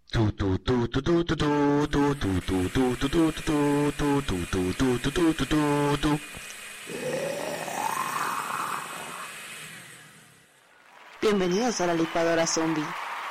Bienvenidos a la licuadora zombie.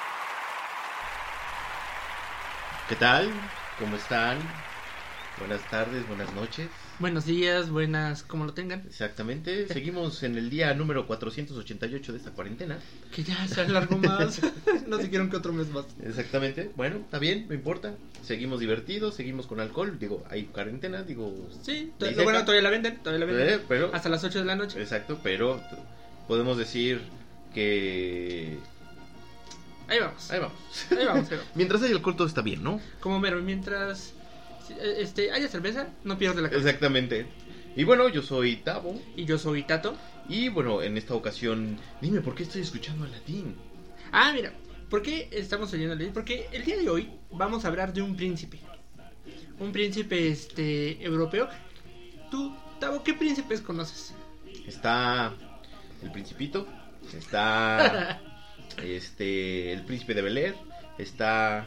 ¿Qué tal? ¿Cómo están? Buenas tardes, buenas noches. Buenos días, buenas, como lo tengan. Exactamente, seguimos en el día número 488 de esta cuarentena. Que ya se alargó más, no se quieren que otro mes más. Exactamente, bueno, está bien, no importa. Seguimos divertidos, seguimos con alcohol, digo, hay cuarentena, digo... Sí, bueno, todavía la venden, pero, hasta las 8 de la noche. Exacto, pero podemos decir que... Ahí vamos. Mientras hay alcohol todo está bien, ¿no? Como mero, mientras haya cerveza, no pierde la cabeza. Exactamente. Y bueno, yo soy Tavo. Y yo soy Tato. Y bueno, en esta ocasión, dime, ¿por qué estoy escuchando a Latín? Ah, mira, ¿por qué estamos oyendo a Latín? Porque el día de hoy vamos a hablar de un príncipe. Un príncipe europeo. Tú, Tavo, ¿qué príncipes conoces? Está el Principito, está el Príncipe de Bel-Air, está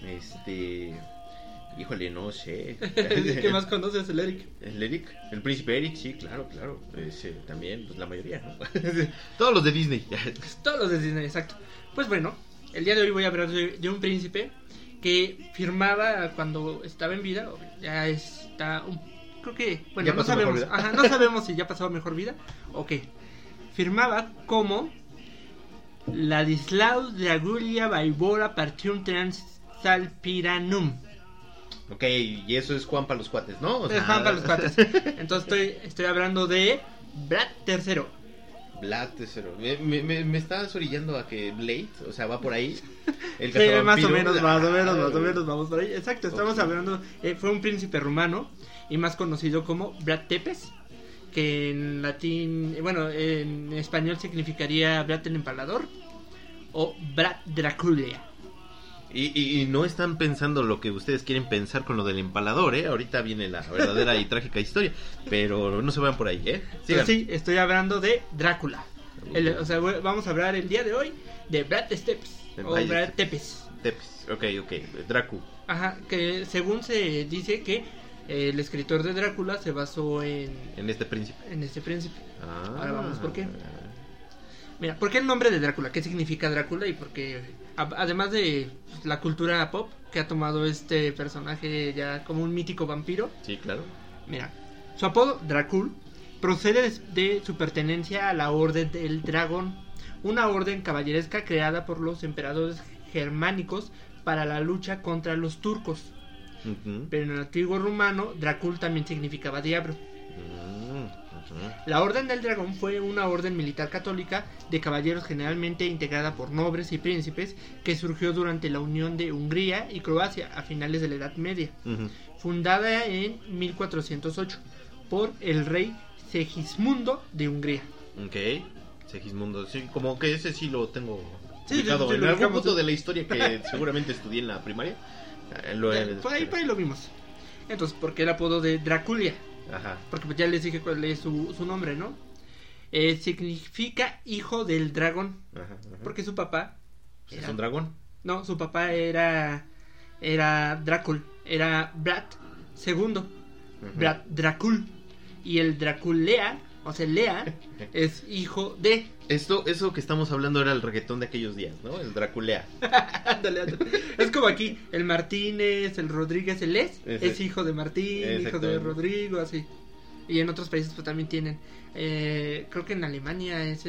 híjole, no sé. ¿Qué más conoces? El Eric. El Eric, el Príncipe Eric, sí, claro. También, pues la mayoría, ¿no? Todos los de Disney. Todos los de Disney, exacto. Pues bueno, el día de hoy voy a hablar de un príncipe que firmaba cuando estaba en vida. Ya está, creo que, bueno, no sabemos. Ajá, no sabemos si ya pasó a mejor vida o qué. Firmaba como Ladislao Dragulia Vaivora Partium Transalpiranum. Ok, y eso es Juan para los cuates, ¿no? O sea... Es Juan para los cuates. Entonces estoy hablando de Vlad III. Vlad III. Me estás orillando a que Blade, o sea, va por ahí. El sí, más o menos vamos por ahí. Exacto, estamos hablando... fue un príncipe rumano y más conocido como Vlad Tepes, que en latín... Bueno, en español significaría Vlad el Empalador o Vlad Dracula. Y no están pensando lo que ustedes quieren pensar con lo del empalador, ¿eh? Ahorita viene la verdadera y trágica historia, pero no se vayan por ahí, ¿eh? Sigan. Sí, estoy hablando de Drácula. O sea, vamos a hablar el día de hoy de Vlad Tepes o Vlad Tepes. Tepes, ok, Drácula. Ajá, que según se dice que el escritor de Drácula se basó en este príncipe. Ahora vamos, ¿por qué? Mira, ¿por qué el nombre de Drácula? ¿Qué significa Drácula? Y porque, además de la cultura pop que ha tomado este personaje ya como un mítico vampiro. Sí, claro. Mira, su apodo, Dracul, procede de su pertenencia a la Orden del Dragón, una orden caballeresca creada por los emperadores germánicos para la lucha contra los turcos. Uh-huh. Pero en el antiguo rumano, Dracul también significaba diablo. La Orden del Dragón fue una orden militar católica de caballeros generalmente integrada por nobles y príncipes que surgió durante la unión de Hungría y Croacia a finales de la Edad Media, fundada en 1408 por el rey Segismundo de Hungría. Ok, Segismundo, sí, como que ese sí lo tengo ubicado en algún punto de la historia que seguramente estudié en la primaria. Por ahí lo vimos. Entonces, ¿por qué el apodo de Draculia? Ajá. Porque pues ya les dije cuál es su nombre, ¿no? Significa hijo del dragón. Ajá. Porque su papá ¿es un dragón? No, su papá era Drácul. Era Vlad II. Vlad Dracul. Y el Draculea, o sea, Lea, es hijo de... Eso que estamos hablando era el reggaetón de aquellos días, ¿no? El Draculea. Ándale. Es como aquí, el Martínez, el Rodríguez, el es hijo de Martín, hijo de Rodrigo, así. Y en otros países pues también tienen. Creo que en Alemania es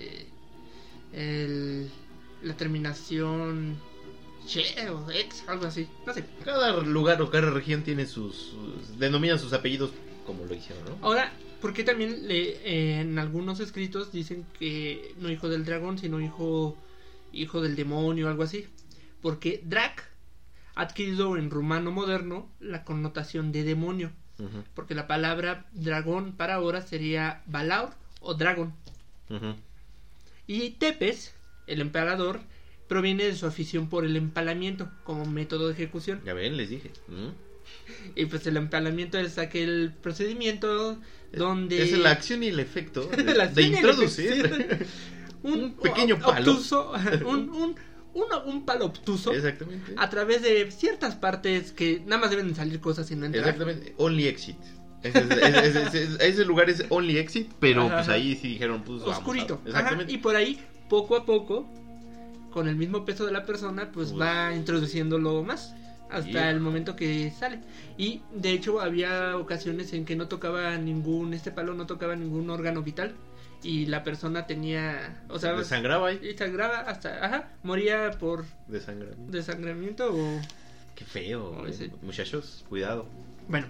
la terminación che o ex, algo así, no sé. Cada lugar o cada región tiene denominan sus apellidos como lo hicieron, ¿no? Ahora, ¿por qué también en algunos escritos dicen que no hijo del dragón, sino hijo del demonio o algo así? Porque Drac ha adquirido en rumano moderno la connotación de demonio. Uh-huh. Porque la palabra dragón para ahora sería Valaur o dragón. Uh-huh. Y Tepes, el emperador, proviene de su afición por el empalamiento como método de ejecución. Ya ven, les dije. Y pues el empalamiento es aquel procedimiento donde... Es la acción y el efecto de introducir un pequeño palo. Obtuso, un palo obtuso. Exactamente. A través de ciertas partes que nada más deben salir cosas y no entrar. Exactamente. Only exit. Ese lugar es only exit, pero Ajá. pues ahí sí dijeron, pues Oscurito. vamos. Exactamente. Ajá, y por ahí, poco a poco, con el mismo peso de la persona, pues va introduciéndolo más. Hasta el momento que sale. Y de hecho había ocasiones en que no tocaba este palo no tocaba ningún órgano vital. Y la persona tenía, o sea, desangraba ahí. Y sangraba hasta, moría por Desangramiento. o... Qué feo, Sí. muchachos, cuidado. Bueno,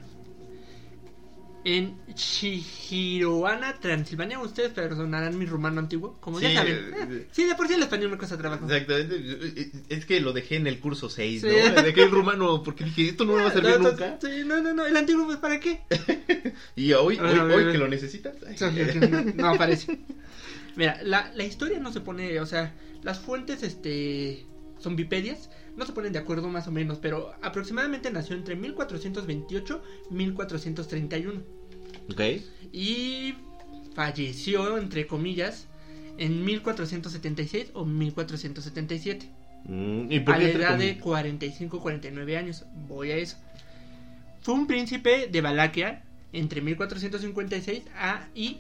en Chihiroana, Transilvania, ustedes perdonarán mi rumano antiguo, como ya Sí, saben. Sí, de por sí el español me cuesta trabajo. Exactamente. Es que lo dejé en el curso 6, Sí. ¿no? Dejé el rumano porque dije, esto no me va a servir nunca. Sí, no, el antiguo, pues, ¿para qué? Y hoy que lo necesitas. No aparece. Mira, la historia no se pone, o sea, las fuentes son Wikipedias, no se ponen de acuerdo más o menos, pero aproximadamente nació entre 1428 y 1431. Ok. Y falleció, entre comillas, en 1476 o 1477. ¿Y por A qué la entre edad de comillas? 45-49 años. Voy a eso. Fue un príncipe de Valaquia entre 1456 y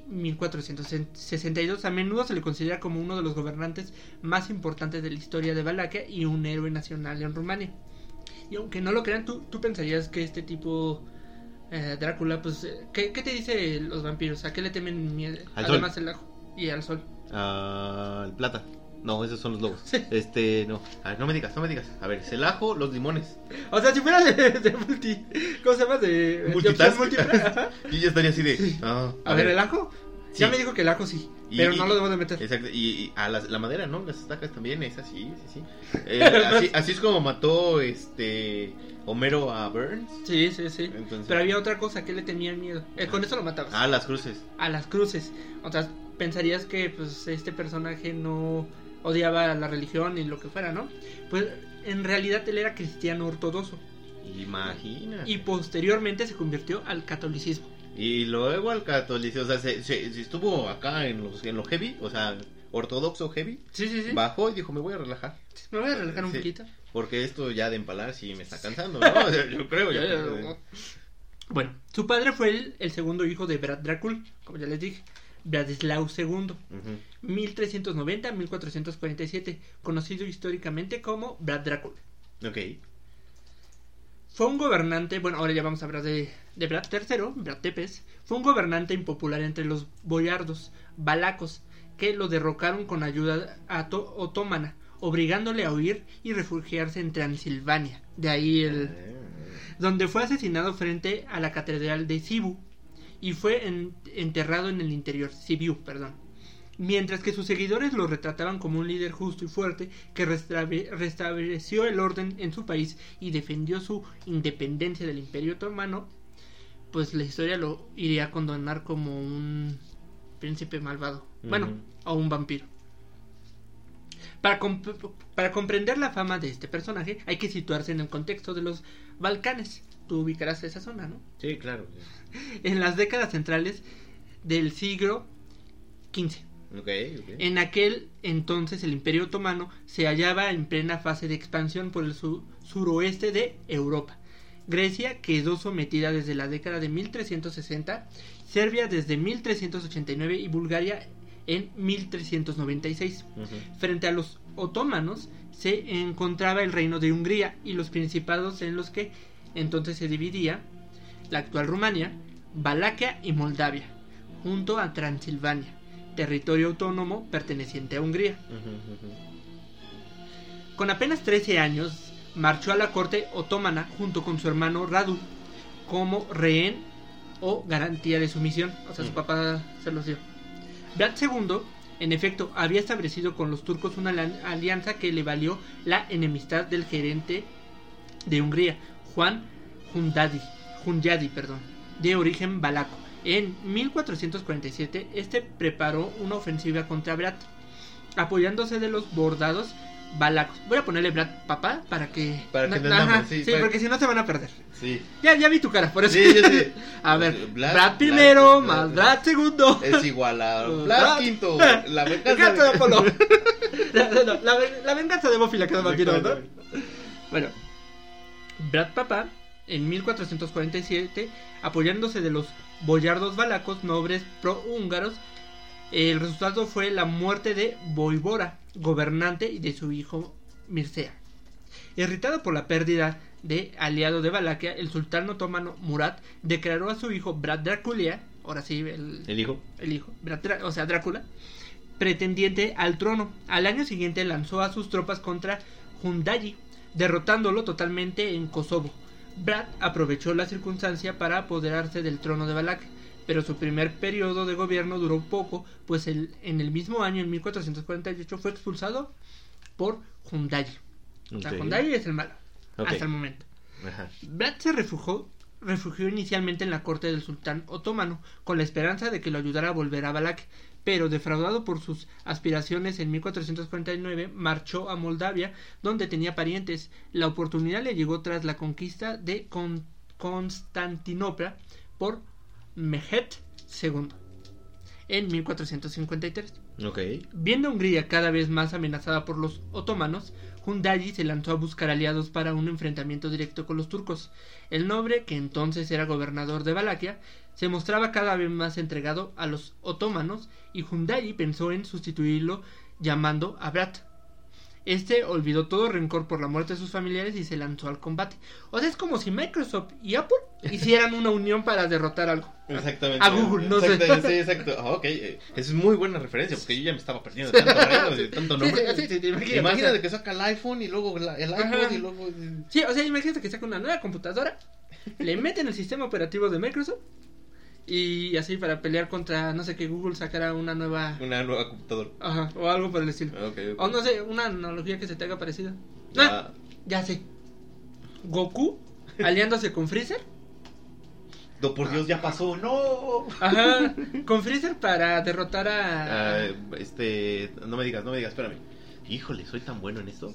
1462. A menudo se le considera como uno de los gobernantes más importantes de la historia de Valaquia y un héroe nacional en Rumania. Y aunque no lo crean, tú pensarías que este tipo, Drácula, pues, ¿qué te dice los vampiros? ¿A qué le temen miedo? Además sol. el ajo y al sol. El plata. No, esos son los lobos. Sí. No. A ver, no me digas. A ver, es el ajo, los limones. O sea, si fuera de multi... ¿Cómo se llama? De Multitask. opción múltiple. Ajá. Y ya estaría así de... A ver, ¿el ajo? Sí. Ya me dijo que el ajo sí, pero no lo debo de meter. Exacto, y a la madera, ¿no? Las estacas también, es así, sí. Así es como mató Homero a Burns. Sí. Entonces... Pero había otra cosa que le tenían miedo. Con eso lo matabas. Las cruces. A las cruces. O sea, pensarías que pues este personaje no odiaba la religión y lo que fuera, ¿no? Pues en realidad él era cristiano ortodoxo. Imagina. Y posteriormente se convirtió al catolicismo. Y luego al catolicismo, o sea, se estuvo acá en lo heavy, o sea, ortodoxo heavy. Sí. Bajó y dijo, me voy a relajar. Me voy a relajar un poquito. Porque esto ya de empalar sí me está cansando, ¿no? O sea, yo creo. Bueno, su padre fue el segundo hijo de Brad Drácula, como ya les dije, Bradislao II, 1390-1447, conocido históricamente como Brad Drácula. Ok. Fue un gobernante, bueno, ahora ya vamos a hablar de Brad III, Brad Tepes. Fue un gobernante impopular entre los boyardos valacos, que lo derrocaron con ayuda otomana, obligándole a huir y refugiarse en Transilvania. De ahí donde fue asesinado frente a la catedral de Sibiu y fue enterrado en el interior, Sibiu, perdón. Mientras que sus seguidores lo retrataban como un líder justo y fuerte que restableció el orden en su país y defendió su independencia del Imperio Otomano, pues la historia lo iría a condenar como un príncipe malvado, bueno, o un vampiro. Para comprender la fama de este personaje hay que situarse en el contexto de los Balcanes. Tú ubicarás esa zona, ¿no? Sí, claro. En las décadas centrales del siglo XV. Okay. En aquel entonces el Imperio Otomano se hallaba en plena fase de expansión por el suroeste de Europa. Grecia quedó sometida desde la década de 1360, Serbia desde 1389 y Bulgaria en 1396. Frente a los otomanos se encontraba el reino de Hungría y los principados en los que entonces se dividía la actual Rumania, Valaquia y Moldavia, junto a Transilvania, territorio autónomo perteneciente a Hungría. Con apenas 13 años marchó a la corte otomana junto con su hermano Radu como rehén o garantía de sumisión. O sea, su papá se los dio. Brad II, en efecto, había establecido con los turcos una alianza que le valió la enemistad del gerente de Hungría, Juan Hunyadi, de origen valaco. En 1447, este preparó una ofensiva contra Brad, apoyándose de los bordados valacos. Voy a ponerle Brad papá para que entendamos, sí, porque si no se van a perder. Sí. Ya vi tu cara, por eso. Sí, yo sí. A ver, Brad primero más Brad segundo es igual a Brad quinto, la venganza de Apolo. No, la venganza de Buffy la casa vampiro, ¿no? Bueno, Brad Papá, en 1447, apoyándose de los boyardos valacos, nobles pro-húngaros, el resultado fue la muerte de Voivora, gobernante, y de su hijo Mircea. Irritado por la pérdida de aliado de Valaquia, el sultán otomano Murat declaró a su hijo Brad Draculia, ahora sí, el hijo, Drácula, pretendiente al trono. Al año siguiente lanzó a sus tropas contra Hundayi, derrotándolo totalmente en Kosovo. Brad aprovechó la circunstancia para apoderarse del trono de Valaquia, pero su primer periodo de gobierno duró poco, pues en el mismo año, en 1448, fue expulsado por Hundayi. Okay. O sea, Hundayi es el malo, hasta el momento. Ajá. Brad se refugió inicialmente en la corte del sultán otomano, con la esperanza de que lo ayudara a volver a Valaquia, pero defraudado por sus aspiraciones, en 1449 marchó a Moldavia, donde tenía parientes. La oportunidad le llegó tras la conquista de Constantinopla por Mehmed II en 1453. Okay. Viendo a Hungría cada vez más amenazada por los otomanos, Hundayi se lanzó a buscar aliados para un enfrentamiento directo con los turcos. El noble, que entonces era gobernador de Valaquia, se mostraba cada vez más entregado a los otomanos, y Hundayi pensó en sustituirlo llamando a Brad. Este olvidó todo rencor por la muerte de sus familiares y se lanzó al combate. O sea, es como si Microsoft y Apple hicieran una unión para derrotar algo. Exactamente. A Google, no sé. Sí, exacto. Ok, es muy buena referencia, porque yo ya me estaba perdiendo de tanto reino, de tanto nombre. Sí, imagínate que saca el iPhone y luego el iPod y luego... Sí, o sea, imagínate que saca una nueva computadora, le meten el sistema operativo de Microsoft, y así para pelear contra, no sé, que Google sacara una nueva computadora. Ajá, o algo por el estilo. Okay. O no sé, una analogía que se te haga parecida. Ya sé. Goku aliándose con Freezer. No, por Dios, ya pasó, no. Ajá, con Freezer para derrotar a... no me digas, espérame. Híjole, soy tan bueno en esto.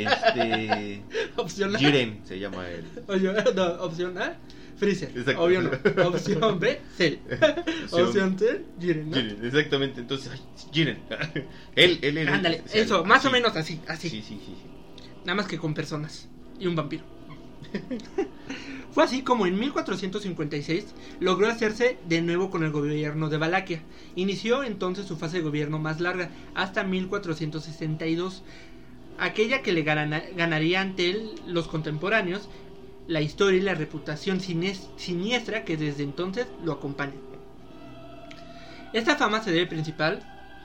Opción A. Jiren se llama él. Oye, no, opción A, Freezer. Exacto. Obvio no. Opción B, Cell. Opción C, Jiren, ¿no? Jiren, exactamente. Entonces, Jiren. él ándale, eso, más o menos así. Sí. Nada más que con personas y un vampiro. Fue así como en 1456 logró hacerse de nuevo con el gobierno de Valaquia. Inició entonces su fase de gobierno más larga, hasta 1462, aquella que le ganaría ante él los contemporáneos, la historia y la reputación siniestra que desde entonces lo acompaña. Esta fama se debe principal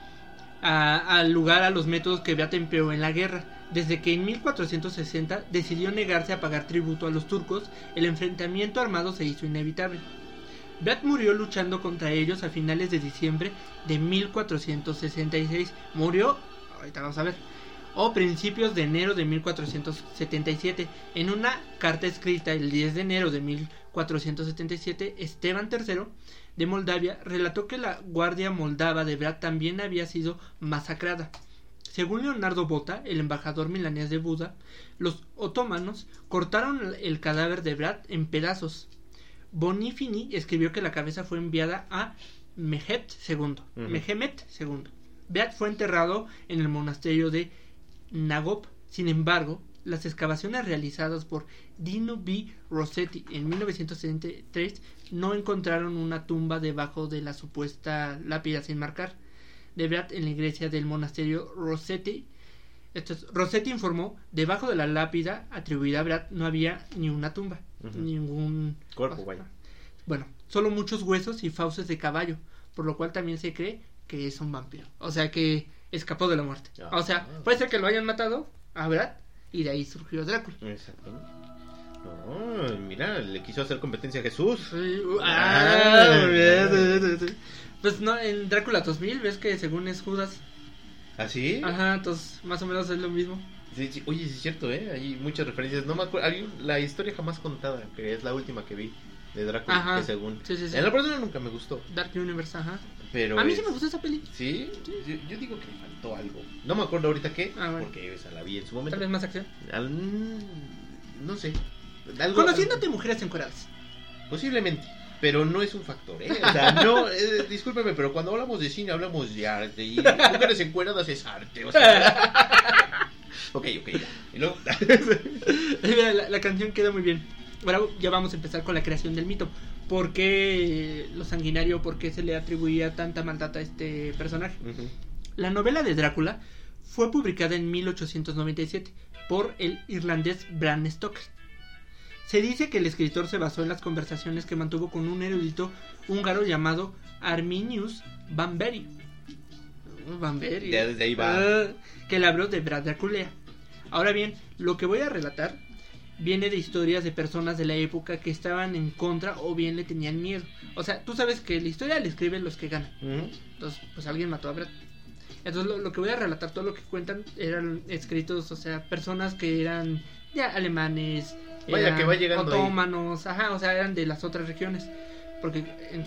al lugar a los métodos que Brad empleó en la guerra. Desde que en 1460 decidió negarse a pagar tributo a los turcos, el enfrentamiento armado se hizo inevitable. Brad murió luchando contra ellos a finales de diciembre de 1466. Murió, ahorita vamos a ver, o principios de enero de 1477. En una carta escrita el 10 de enero de 1477, Esteban III de Moldavia relató que la guardia moldava de Brad también había sido masacrada. Según Leonardo Botta, el embajador milanés de Buda, los otomanos cortaron el cadáver de Brad en pedazos. Bonifini escribió que la cabeza fue enviada a Mehmed II. Brad fue enterrado en el monasterio de Nagop. Sin embargo, las excavaciones realizadas por Dino B. Rossetti en 1973 no encontraron una tumba debajo de la supuesta lápida sin marcar de Brad en la iglesia del monasterio Rossetti. Rossetti informó, debajo de la lápida atribuida a Brad no había ni una tumba, ningún cuerpo, vaya. Bueno, solo muchos huesos y fauces de caballo, por lo cual también se cree que es un vampiro, o sea que escapó de la muerte. O sea, puede ser que lo hayan matado a Brad y de ahí surgió Drácula. Exactamente. No, mira, le quiso hacer competencia a Jesús. Sí, muy bien. Sí. Pues no, en Drácula 2000 ves que según es Judas. ¿Ah, sí? Ajá, entonces más o menos es lo mismo. Sí. Oye, sí es cierto, hay muchas referencias. No me acuerdo, hay la historia jamás contada, que es la última que vi de Drácula, ajá. que según... Sí. En la persona nunca me gustó. Dark Universe, ajá. Pero a mí sí me gustó esa peli. ¿Sí? Yo digo que le faltó algo. No me acuerdo ahorita qué, bueno. porque esa la vi en su momento. Tal vez más acción. No sé. Conociéndote mujeres encueradas. Posiblemente. pero no es un factor, ¿eh? O sea, no, discúlpeme, pero cuando hablamos de cine hablamos de arte y mujeres encueradas es arte, o sea. Ok, ya. Y luego... Mira, la canción queda muy bien. Ahora ya vamos a empezar con la creación del mito. ¿Por qué lo sanguinario? ¿Por qué se le atribuía tanta maldad a este personaje? Uh-huh. La novela de Drácula fue publicada en 1897 por el irlandés Bram Stoker. Se dice que el escritor se basó en las conversaciones que mantuvo con un erudito húngaro llamado Arminius Vanberry. Vanberry. Ya desde ahí va. Que le habló de Brad Draculea. Ahora bien, lo que voy a relatar viene de historias de personas de la época que estaban en contra o bien le tenían miedo. O sea, tú sabes que la historia la escriben los que ganan. Uh-huh. Entonces, pues alguien mató a Brad. Entonces lo que voy a relatar, todo lo que cuentan eran escritos, o sea, personas que eran ya alemanes, vaya, que va llegando otomanos, ajá, o sea, eran de las otras regiones, porque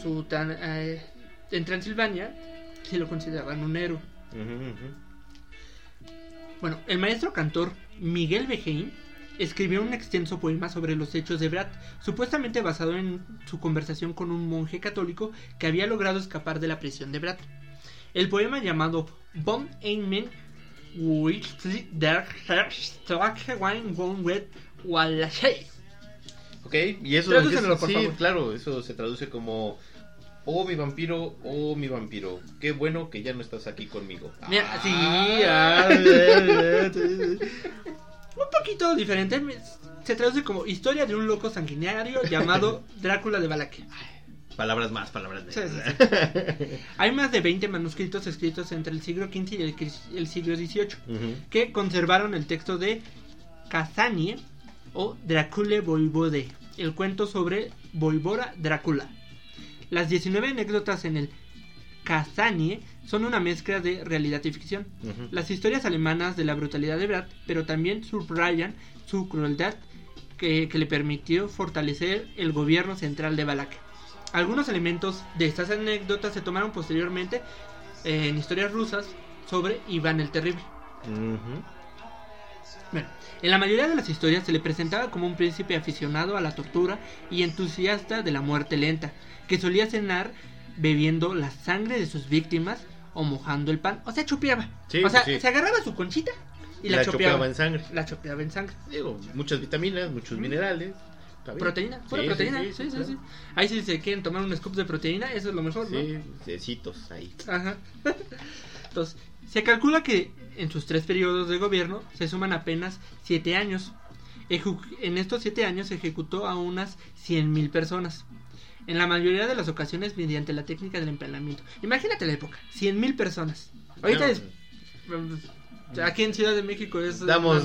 en Transilvania sí lo consideraban un héroe. Uh-huh. Bueno, el maestro cantor Miguel Beheim escribió un extenso poema sobre los hechos de Brad, supuestamente basado en su conversación con un monje católico que había logrado escapar de la prisión de Brad. El poema llamado Von Einmen Ok, y eso tradúcenlo, por sí, favor. claro, eso se traduce como oh mi vampiro, qué bueno que ya no estás aquí conmigo. Mira, sí, un poquito diferente. Se traduce como historia de un loco sanguinario llamado Drácula de Valaquia. Palabras más, palabras menos. Sí. Hay más de 20 manuscritos escritos entre el siglo XV y el siglo XVIII Uh-huh. que conservaron el texto de Kazanie o Dracule Voivode, el cuento sobre Voivora Drácula. Las 19 anécdotas en el Kazanie son una mezcla de realidad y ficción. Uh-huh. Las historias alemanas de la brutalidad de Brad, pero también subrayan su crueldad que le permitió fortalecer el gobierno central de Valaquia. Algunos elementos de estas anécdotas se tomaron posteriormente en historias rusas sobre Iván el Terrible. Uh-huh. Bueno, en la mayoría de las historias se le presentaba como un príncipe aficionado a la tortura y entusiasta de la muerte lenta, que solía cenar bebiendo la sangre de sus víctimas o mojando el pan, o sea, chopeaba. Sí, o sea, sí. se agarraba su conchita y la chopeaba en sangre. La chopeaba en sangre. Digo, muchas vitaminas, muchos minerales. Proteína, pura proteína. Sí. Ahí si se quieren tomar un scoop de proteína, eso es lo mejor, ¿no? Sí, cecitos ahí. Ajá. Entonces, se calcula que en sus 3 periodos de gobierno se suman apenas 7 años. En estos 7 años se ejecutó a unas 100,000 personas. En la mayoría de las ocasiones mediante la técnica del empalamiento. Imagínate la época, 100,000 personas. Ahorita aquí en Ciudad de México es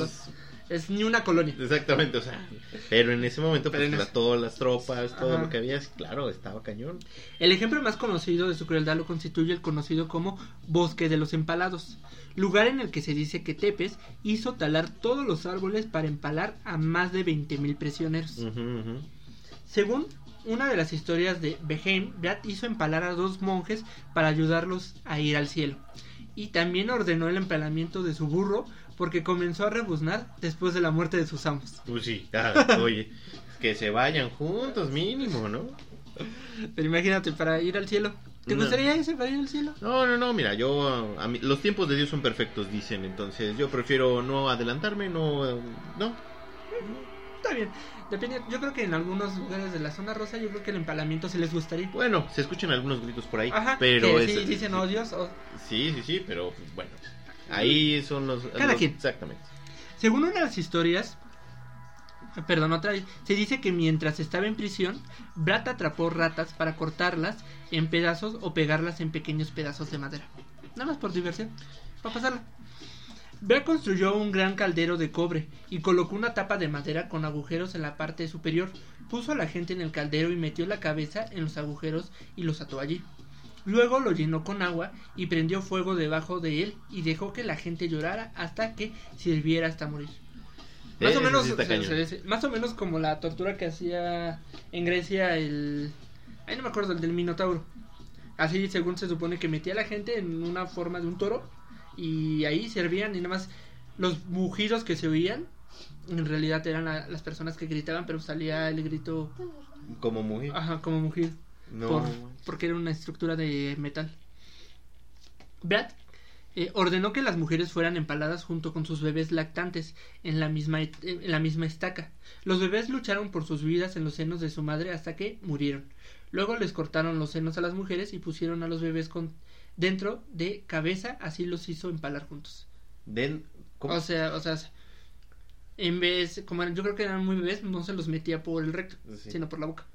ni una colonia. Exactamente, o sea, pero en ese momento todas las tropas, todo Ajá. lo que había, claro, estaba cañón. El ejemplo más conocido de su crueldad lo constituye el conocido como Bosque de los Empalados, lugar en el que se dice que Tepes hizo talar todos los árboles para empalar a más de 20,000 prisioneros. Uh-huh. Según una de las historias de Beheim, Brad hizo empalar a 2 monjes para ayudarlos a ir al cielo. Y también ordenó el empalamiento de su burro porque comenzó a rebuznar después de la muerte de sus amos. Pues sí, oye, que se vayan juntos mínimo, ¿no? Pero imagínate, para ir al cielo. ¿Te gustaría ese para ir al cielo? No, mira, los tiempos de Dios son perfectos, dicen, entonces yo prefiero no adelantarme, no. Está bien. Depende, yo creo que en algunos lugares de la zona rosa yo creo que el empalamiento se les gustaría. Bueno, se escuchan algunos gritos por ahí, Ajá, pero que sí dicen odios. Sí, pero bueno, ahí son los... Cada quien. Exactamente. Según una de las historias, otra vez, se dice que mientras estaba en prisión, Brad atrapó ratas para cortarlas en pedazos o pegarlas en pequeños pedazos de madera. Nada más por diversión, para pasarla. Brad construyó un gran caldero de cobre y colocó una tapa de madera con agujeros en la parte superior. Puso a la gente en el caldero y metió la cabeza en los agujeros y los ató allí. Luego lo llenó con agua y prendió fuego debajo de él y dejó que la gente llorara hasta que sirviera hasta morir. Más o menos, más o menos como la tortura que hacía en Grecia ahí no me acuerdo, el del Minotauro. Así según se supone que metía a la gente en una forma de un toro y ahí servían y nada más los mugidos que se oían en realidad eran las personas que gritaban, pero salía el grito, Como mujer. ajá, como mujer, No. porque era una estructura de metal. Brad ordenó que las mujeres fueran empaladas junto con sus bebés lactantes en la misma estaca. Los bebés lucharon por sus vidas en los senos de su madre hasta que murieron. Luego les cortaron los senos a las mujeres y pusieron a los bebés dentro de cabeza, así los hizo empalar juntos. ¿Cómo? O sea, en vez, como yo creo que eran muy bebés, no se los metía por el recto, Sí. sino por la boca.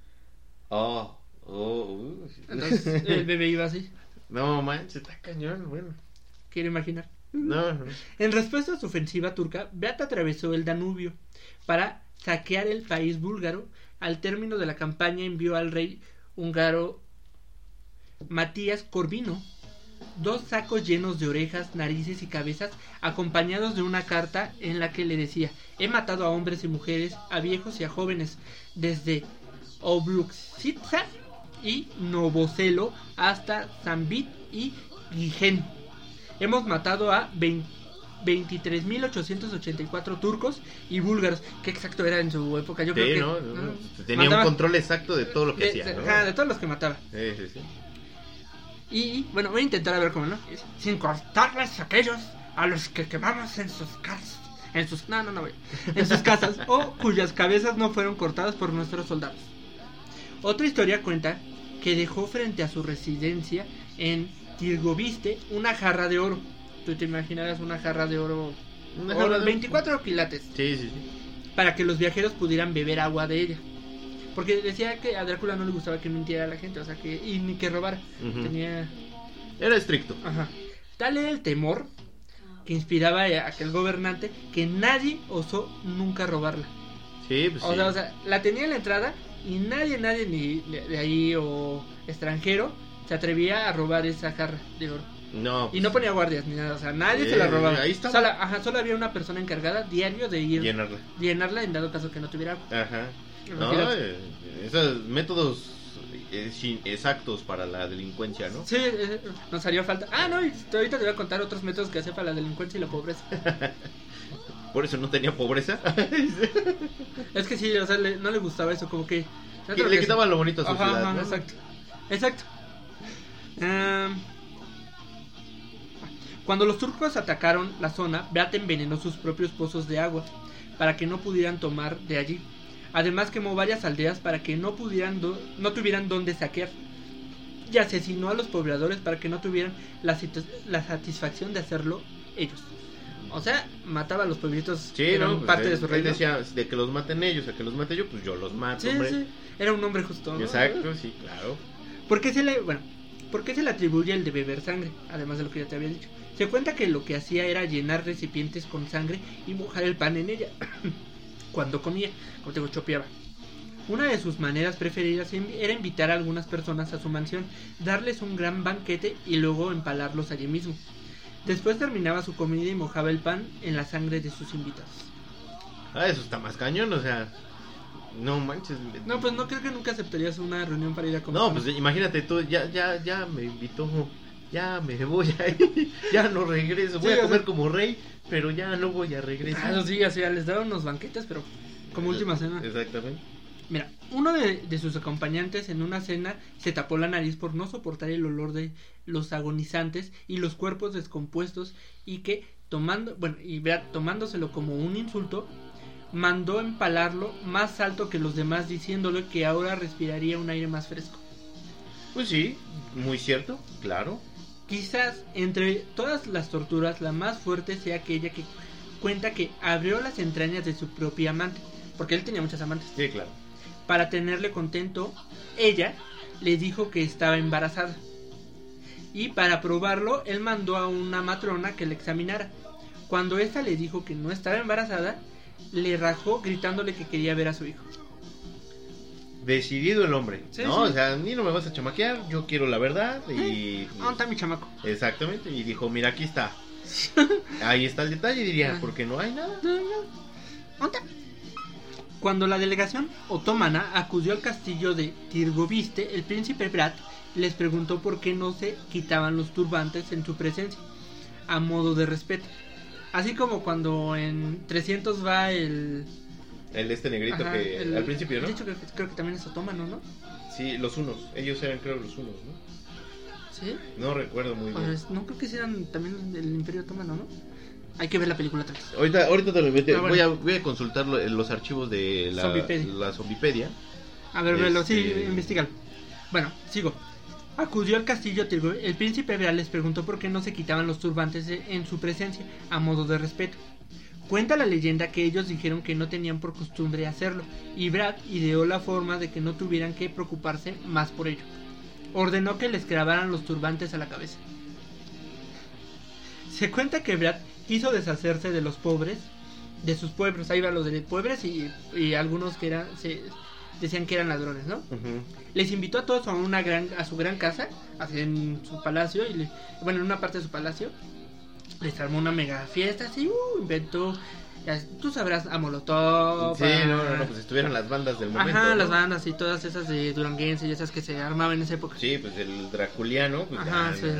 Entonces el bebé iba así. No manches, está cañón, bueno. Quiero imaginar. No. En respuesta a su ofensiva turca, Beat atravesó el Danubio para saquear el país búlgaro. Al término de la campaña envió al rey húngaro Matías Corvino 2 sacos llenos de orejas, narices y cabezas, acompañados de una carta en la que le decía: he matado a hombres y mujeres, a viejos y a jóvenes, desde Obluxitsa y Novoselo hasta Zambit y Gijen. Hemos matado a 23.884 turcos y búlgaros. ¿Qué exacto era en su época? Yo creo que tenía mataba, un control exacto de todo lo que hacía, ¿no? de todos los que mataba. Sí. Y bueno, voy a intentar a ver cómo, ¿no? Sin cortarles a aquellos a los que quemamos en sus casas. En sus casas, o cuyas cabezas no fueron cortadas por nuestros soldados. Otra historia cuenta que dejó frente a su residencia en Tirgoviste una jarra de oro. Tú te imaginarás una jarra de oro, 24 quilates. Sí. Para que los viajeros pudieran beber agua de ella. Porque decía que a Drácula no le gustaba que mintiera a la gente, o sea, y ni que robara. Era estricto. Ajá. Tal era el temor que inspiraba a aquel gobernante que nadie osó nunca robarla. Sí, pues O sea, la tenía en la entrada y nadie ni de ahí o extranjero se atrevía a robar esa jarra de oro. No. Y no ponía guardias ni nada, o sea, nadie se la robaba. Ahí estaba. Solo había una persona encargada diario de ir llenarla en dado caso que no tuviera agua. Ajá. No, esos métodos exactos para la delincuencia, ¿no? Sí, nos haría falta. No, y ahorita te voy a contar otros métodos que hace para la delincuencia y la pobreza. Por eso no tenía pobreza. Es que sí, o sea, no le gustaba eso, como que le quitaban lo bonito a su ciudad, ajá, ¿no? Exacto. Cuando los turcos atacaron la zona, Beat envenenó sus propios pozos de agua para que no pudieran tomar de allí. Además quemó varias aldeas para que no tuvieran dónde saquear. Y asesinó a los pobladores para que no tuvieran la satisfacción de hacerlo ellos. O sea, mataba a los pueblitos. Sí, eran parte de su reino. Él decía, de que los maten ellos, a que los mate yo, pues yo los mato, Sí, hombre. sí. Era un hombre justo, ¿no? Exacto, sí, claro. ¿Por qué se le atribuye el de beber sangre? Además de lo que ya te había dicho. Se cuenta que lo que hacía era llenar recipientes con sangre y mojar el pan en ella. Cuando comía, como te digo, chopeaba. Una de sus maneras preferidas era invitar a algunas personas a su mansión, darles un gran banquete y luego empalarlos allí mismo. Después terminaba su comida y mojaba el pan en la sangre de sus invitados. Eso está más cañón, o sea, no manches. No, pues no creo que nunca aceptarías una reunión para ir a comer. No, pues imagínate tú, ya me invitó, ya me voy a ir, ya no regreso, voy a comer como rey, pero ya no voy a regresar. Sí, o sea, les daban unos banquetes, pero como última cena. Exactamente. Mira, uno de sus acompañantes en una cena se tapó la nariz por no soportar el olor de los agonizantes y los cuerpos descompuestos, y que tomándoselo como un insulto, mandó empalarlo más alto que los demás, diciéndole que ahora respiraría un aire más fresco. Pues sí, muy cierto, claro. Quizás entre todas las torturas la más fuerte sea aquella que cuenta que abrió las entrañas de su propia amante, porque él tenía muchas amantes. Sí, claro. Para tenerle contento, ella le dijo que estaba embarazada. Y para probarlo, él mandó a una matrona que le examinara. Cuando ésta le dijo que no estaba embarazada, le rajó gritándole que quería ver a su hijo. Decidido el hombre, sí, ¿no? Sí. O sea, ni no me vas a chamaquear, yo quiero la verdad y... ¿Dónde está mi chamaco? Exactamente, y dijo, mira, aquí está. Ahí está el detalle, diría, porque no hay nada. ¿Dónde está? Cuando la delegación otomana acudió al castillo de Tirgoviste, el príncipe Brad les preguntó por qué no se quitaban los turbantes en su presencia, a modo de respeto. Así como cuando en 300 va el negrito que al principio, ¿no? De hecho, creo que también es otomano, ¿no? Sí, los hunos. Ellos eran, creo, los hunos, ¿no? ¿Sí? No recuerdo muy bien. No creo que eran también del Imperio Otomano, ¿no? Hay que ver la película otra vez. Ahorita te lo meto. Bueno. Voy a consultar los archivos de la Zombipedia. A ver, velo, sí, investigalo. Bueno, sigo. Acudió al castillo Tirgo. El príncipe real les preguntó por qué no se quitaban los turbantes en su presencia, a modo de respeto. Cuenta la leyenda que ellos dijeron que no tenían por costumbre hacerlo, y Brad ideó la forma de que no tuvieran que preocuparse más por ello. Ordenó que les clavaran los turbantes a la cabeza. Se cuenta que Brad quiso deshacerse de los pobres, de sus pueblos. Ahí va los de pobres y algunos que decían que eran ladrones, ¿no? Uh-huh. Les invitó a todos a su gran casa, así en su palacio, en una parte de su palacio. Les armó una mega fiesta, así, inventó, tú sabrás, a Molotov. Sí, no, pues estuvieron las bandas del momento. Ajá, ¿no? las bandas y todas esas de duranguense y esas que se armaban en esa época. Sí, pues el draculiano. Pues ajá, sí.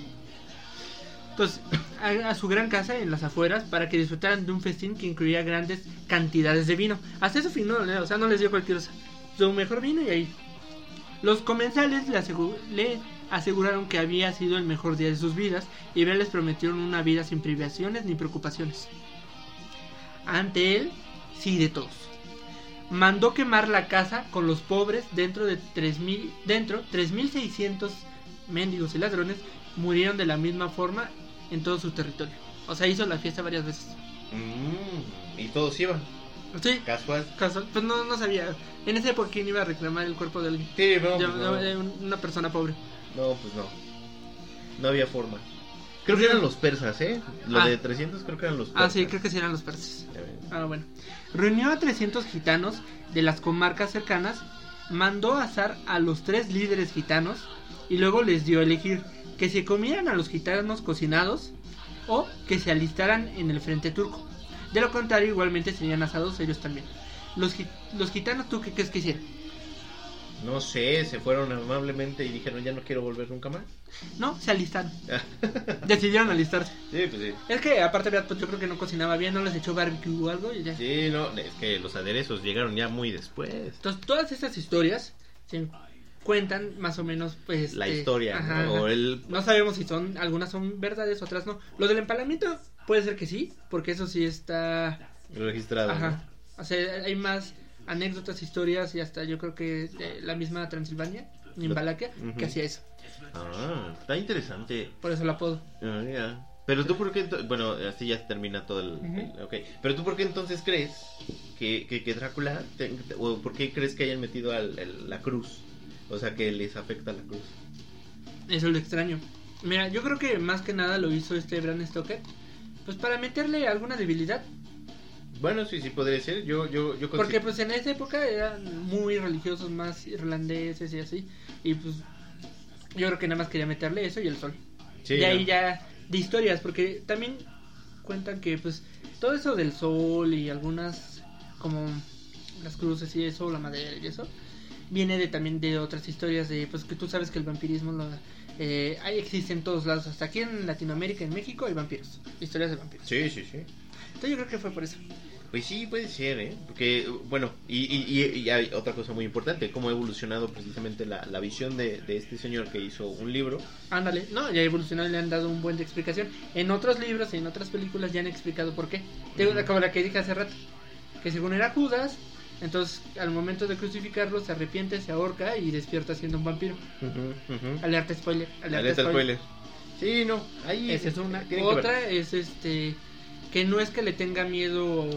Pues a su gran casa en las afueras para que disfrutaran de un festín que incluía grandes cantidades de vino. Hasta eso fin, o sea, no les dio cualquier cosa. Su mejor vino y ahí. Los comensales le aseguraron que había sido el mejor día de sus vidas y les prometieron una vida sin privaciones ni preocupaciones. Ante él, sí de todos. Mandó quemar la casa con los pobres dentro 3.600 mendigos y ladrones murieron de la misma forma en todo su territorio. O sea, hizo la fiesta varias veces. Y todos iban. Sí. Casual. Pues no sabía. En esa época, ¿quién iba a reclamar el cuerpo de alguien? Sí, no, Una persona pobre. No, pues no. No había forma. Creo que eran los persas, ¿eh? Lo de 300 creo que eran los persas. Sí, creo que sí eran los persas. Bueno. Reunió a 300 gitanos de las comarcas cercanas, mandó asar a los 3 líderes gitanos y luego les dio a elegir que se comieran a los gitanos cocinados o que se alistaran en el frente turco. De lo contrario, igualmente serían asados ellos también. Los gitanos, ¿tú qué crees que hicieron? No sé, se fueron amablemente y dijeron ya no quiero volver nunca más. No, se alistaron. Decidieron alistarse. Sí, pues sí. Es que aparte, pues, yo creo que no cocinaba bien, no les echó barbecue o algo y ya. Sí, no, es que los aderezos llegaron ya muy después. Entonces, todas estas historias se cuentan más o menos, pues... La historia, ajá, ¿no? O no sabemos si algunas son verdades, otras no. Lo del empalamiento puede ser que sí, porque eso sí está... registrado, ajá, ¿no? O sea, hay más anécdotas, historias y hasta yo creo que la misma Transilvania, en Valaquia, que hacía eso. Está interesante. Por eso la apodo. Ya. Pero tú por qué, bueno, así ya termina todo okay. Pero tú por qué entonces crees que Drácula, o por qué crees que hayan metido la cruz? O sea, que les afecta la cruz. Eso es lo extraño. Mira, yo creo que más que nada lo hizo Bram Stoker, pues para meterle alguna debilidad. Bueno, sí podría ser. Yo porque pues en esa época eran muy religiosos, más irlandeses y así. Y pues yo creo que nada más quería meterle eso y el sol. Sí, y ahí ya de historias, porque también cuentan que pues todo eso del sol y algunas como las cruces y eso, la madera y eso, viene también de otras historias de pues que tú sabes que el vampirismo ahí existe en todos lados, hasta aquí en Latinoamérica, en México hay vampiros, historias de vampiros. Sí. Entonces yo creo que fue por eso. Pues sí, puede ser, ¿eh? Porque, bueno, y hay otra cosa muy importante, cómo ha evolucionado precisamente la visión de este señor que hizo un libro. Ándale, no, ya ha evolucionado y le han dado un buen de explicación. En otros libros y en otras películas ya han explicado por qué. Como la que dije hace rato, que según era Judas, entonces al momento de crucificarlo se arrepiente, se ahorca y despierta siendo un vampiro. Alerta spoiler. Alerta spoiler. Sí, no, ahí... Esa es una. Otra es que no es que le tenga miedo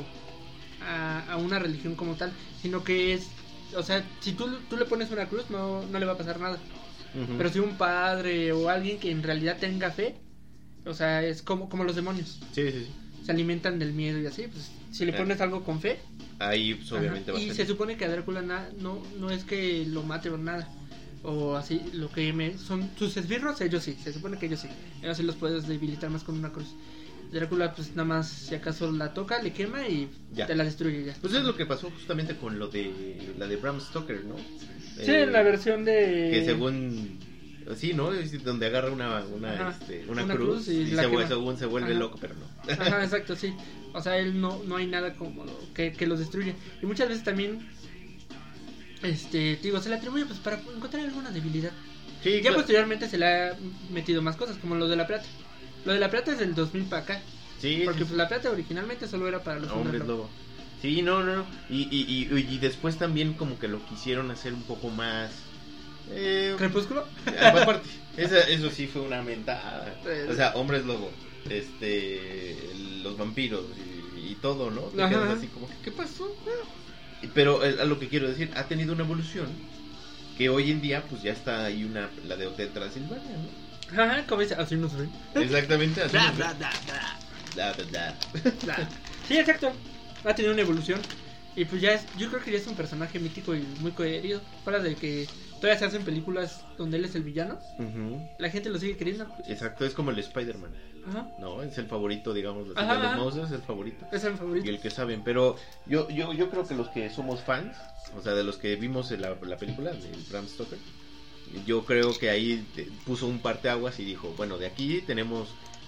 a una religión como tal, sino que es, o sea, si tú le pones una cruz no le va a pasar nada. Pero si un padre o alguien que en realidad tenga fe, o sea, es como los demonios. Sí. Se alimentan del miedo y así, pues si le pones algo con fe, ahí pues, obviamente va a ser. Y se supone que a Drácula no es que lo mate o nada, o así, lo que son sus esbirros, ellos sí, se supone que ellos sí los puedes debilitar más con una cruz. Drácula pues nada más si acaso la toca, le quema y ya te la destruye ya. Pues es lo que pasó justamente con la de Bram Stoker, ¿no? Sí, la versión de... Que según Sí, ¿no? Es donde agarra una Ajá, una una cruz y y la quema. según se vuelve Ajá. loco, pero no. Ajá, exacto, sí. O sea, él no hay nada como que los destruya. Y muchas veces también, digo, se le atribuye pues para encontrar alguna debilidad. Sí, Ya claro. posteriormente se le ha metido más cosas, como lo de la plata. Lo de la plata es del 2000 para acá. Sí, Porque sí, pues, la plata originalmente solo era para los hombres Hombres lobo. lobo. Sí, no. Y después también como que lo quisieron hacer un poco más... ¿Crepúsculo? aparte, eso sí fue una mentada. O sea, hombres lobo, los vampiros y todo, ¿no? Te Ajá. quedas así como, ¿qué pasó? Pero a lo que quiero decir, ha tenido una evolución que hoy en día pues ya está ahí la de Hotel Transilvania, ¿no? Ajá, como dice, así nos ven. Exactamente así. Bla, ¿no? bla, bla, bla, Bla, bla, bla. bla. Sí, exacto. Ha tenido una evolución. Y pues yo creo que ya es un personaje mítico y muy querido. Fuera de que todavía se hacen películas donde él es el villano. Ujú. La gente lo sigue queriendo. Exacto, es como el Spider-Man. Ajá. No, es el favorito, digamos, de Ajá, los ajá. monstruos es el favorito. Es el Y favorito. el que saben, pero yo creo que los que somos fans, o sea, de los que vimos la película de Bram Stoker, yo creo que ahí puso un parteaguas y dijo, bueno, de aquí tenemos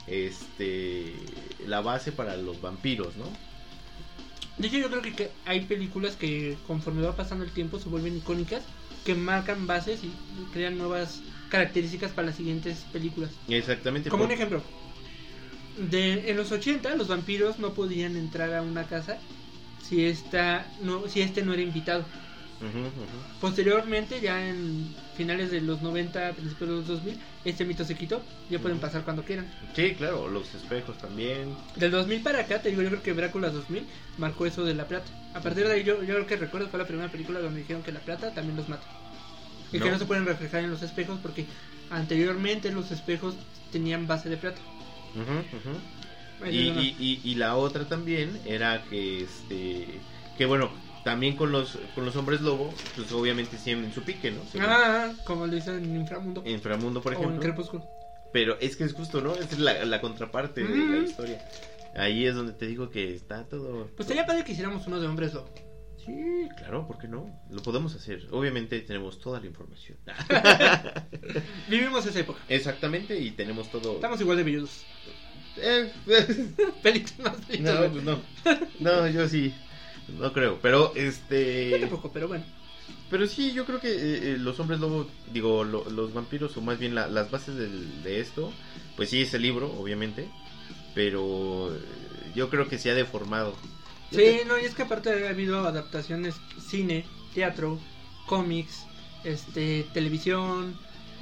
la base para los vampiros, ¿no? De hecho, yo creo que hay películas que conforme va pasando el tiempo se vuelven icónicas, que marcan bases y crean nuevas características para las siguientes películas. Exactamente. Como un ejemplo, en los 80 los vampiros no podían entrar a una casa si no era invitado. Ujú, ujú. Posteriormente, ya en finales de los 90, principios de los 2000, este mito se quitó, ya pueden Ujú. pasar cuando quieran. Sí, claro, los espejos también. Del 2000 para acá, te digo, yo creo que Drácula 2000 marcó eso de la plata. A partir de ahí, yo creo que recuerdo fue la primera película donde dijeron que la plata también los mata. Y que no se pueden reflejar en los espejos porque anteriormente los espejos tenían base de plata. Ujú, ujú. Ahí es donde- Y la otra también era que que bueno, también con los hombres lobo, pues obviamente siempre en su pique, ¿no? Como lo dicen en Inframundo. En Inframundo, por O en ejemplo. Crepúsculo. Pero es que es justo, ¿no? Esa es la contraparte de la Ujú. historia. Ahí es donde te digo que está todo... Pues sería padre que hiciéramos uno de hombres lobo. Sí, claro, ¿por qué no? Lo podemos hacer. Obviamente tenemos toda la información. Vivimos esa época. Exactamente, y tenemos todo... Estamos igual de velludos. Pelitos más pelitos. No, pues no. No, yo sí. No creo. Pero Yo tampoco, pero bueno. Pero sí, yo creo que los hombres lobo, digo, los vampiros, o más bien las bases de esto, pues sí, es el libro, obviamente. Pero yo creo que se ha deformado. Sí, no, y es que aparte ha habido adaptaciones, cine, teatro, cómics, televisión,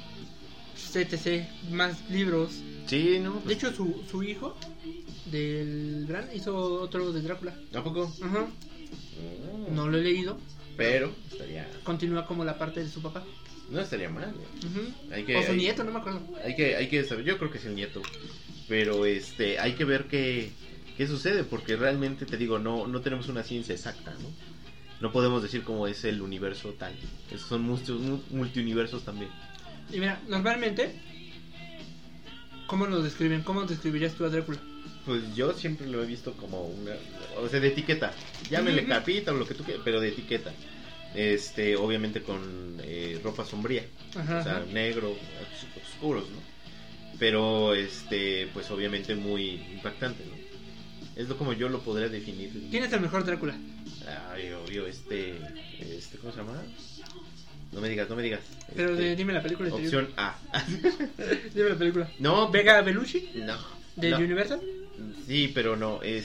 etc, más libros. Sí, ¿no? De hecho, su hijo del Bran hizo otro de Drácula. ¿A poco? Ajá. No lo he leído. Pero estaría... Continúa como la parte de su papá. No estaría mal. Ujú. Hay que, O su hay- nieto, no me acuerdo. Hay que saber, yo creo que es el nieto, pero hay que ver qué sucede, porque realmente te digo, no tenemos una ciencia exacta, ¿no? No podemos decir cómo es el universo tal. Esos son muchos multiuniversos también. Y mira, normalmente, ¿cómo lo describen? ¿Cómo describirías tú a Drácula? Pues yo siempre lo he visto como o sea, de etiqueta. Llámele Ujú. capita o lo que tú quieras, pero de etiqueta. Obviamente con ropa sombría, Ajá, o sea, ajá. negro, oscuros, ¿no? Pero pues obviamente muy impactante, ¿no? Es como yo lo podría definir. ¿Quién es el mejor Drácula? Ay, obvio, ¿cómo se llama? No me digas. Pero dime la película. y te digo. Opción A. Dime la película. No, Vega Belushi, no. de no. Universal. Sí, pero no, el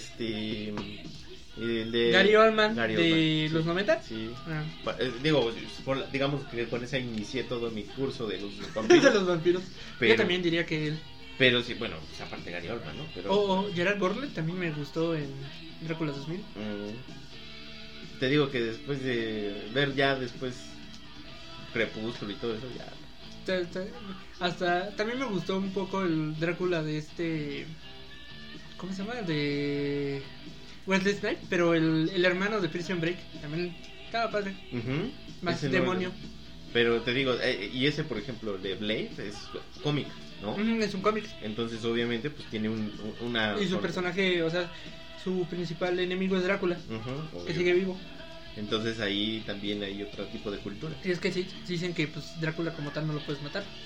de Gary Oldman, Gary de Oldman, sí, los 90. Sí. Ah. Digamos que con esa inicié todo mi curso de los De vampiros. los vampiros. Pero- Yo también diría que él. Pero sí, bueno, pues aparte Gary Oldman, ¿no? Pero O Gerard Butler también me gustó en Drácula 2000. te digo que después de ver ya después Crepúsculo y todo eso, ya. Hasta también me gustó un poco el Drácula de ¿cómo se llama? De Wesley Snipes, pero el hermano de Prison Break también estaba padre. Ujú. Más Ese no- demonio. Pero te digo, y ese por ejemplo de Blade es cómic, ¿no? Ujú, es un cómic. Entonces obviamente pues tiene una... Y su personaje, o sea, su principal enemigo es Drácula, Ujú, que obvio. sigue vivo. Entonces ahí también hay otro tipo de cultura. Y es que sí, dicen que pues Drácula como tal no lo puedes matar.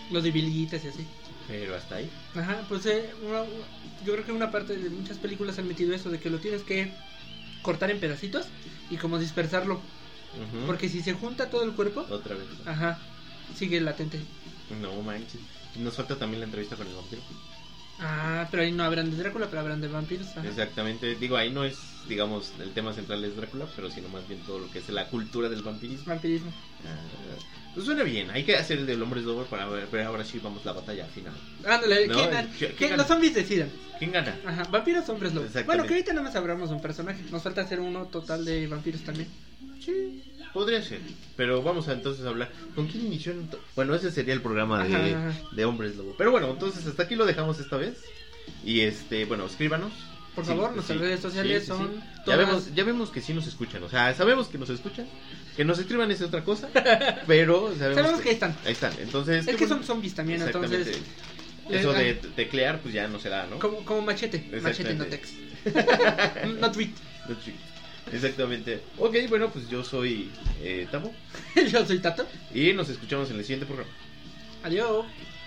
Los debilitas y así. Pero hasta ahí. Ajá, pues yo creo que una parte de muchas películas han metido eso de que lo tienes que cortar en pedacitos y como dispersarlo. Ujú. Porque si se junta todo el cuerpo, Otra vez. ajá, sigue latente. No manches. Nos falta también la entrevista con el vampiro. Ah, pero ahí no habrán de Drácula, pero habrán de vampiros. Ajá. Exactamente. Digo, ahí no es, digamos, el tema central es Drácula, pero sino más bien todo lo que es la cultura del vampirismo. Vampirismo. Pues suena bien. Hay que hacer el del hombre lobo para ver ahora sí vamos la batalla final. Ándale, No, ¿quién que gana? los zombies decidan. ¿Quién gana? Ajá, vampiros, hombres lobo. Exactamente. Bueno, que ahorita nada más hablamos de un personaje. Nos falta hacer uno total de vampiros también. Sí, podría ser. Pero vamos a entonces hablar. ¿Con quién inició? Bueno, ese sería el programa de, Ajá. de hombres lobo. Pero bueno, entonces hasta aquí lo dejamos esta vez. Y bueno, escríbanos. Por Sí, favor, nuestras sí, redes sociales sí, son sí. todas... Ya vemos que sí nos escuchan. O sea, sabemos que nos escuchan. Que nos escriban es otra cosa. Pero Sabemos que ahí están. Ahí están. Entonces, Es qué que bueno. son zombies también, Exactamente. entonces... Eso de teclear, pues ya no será, ¿no? Como machete. Machete, no Exactamente. text. No tweet. No, sí. Exactamente. Ok, bueno, pues yo soy Tabo. Yo soy Tato. Y nos escuchamos en el siguiente programa. Adiós.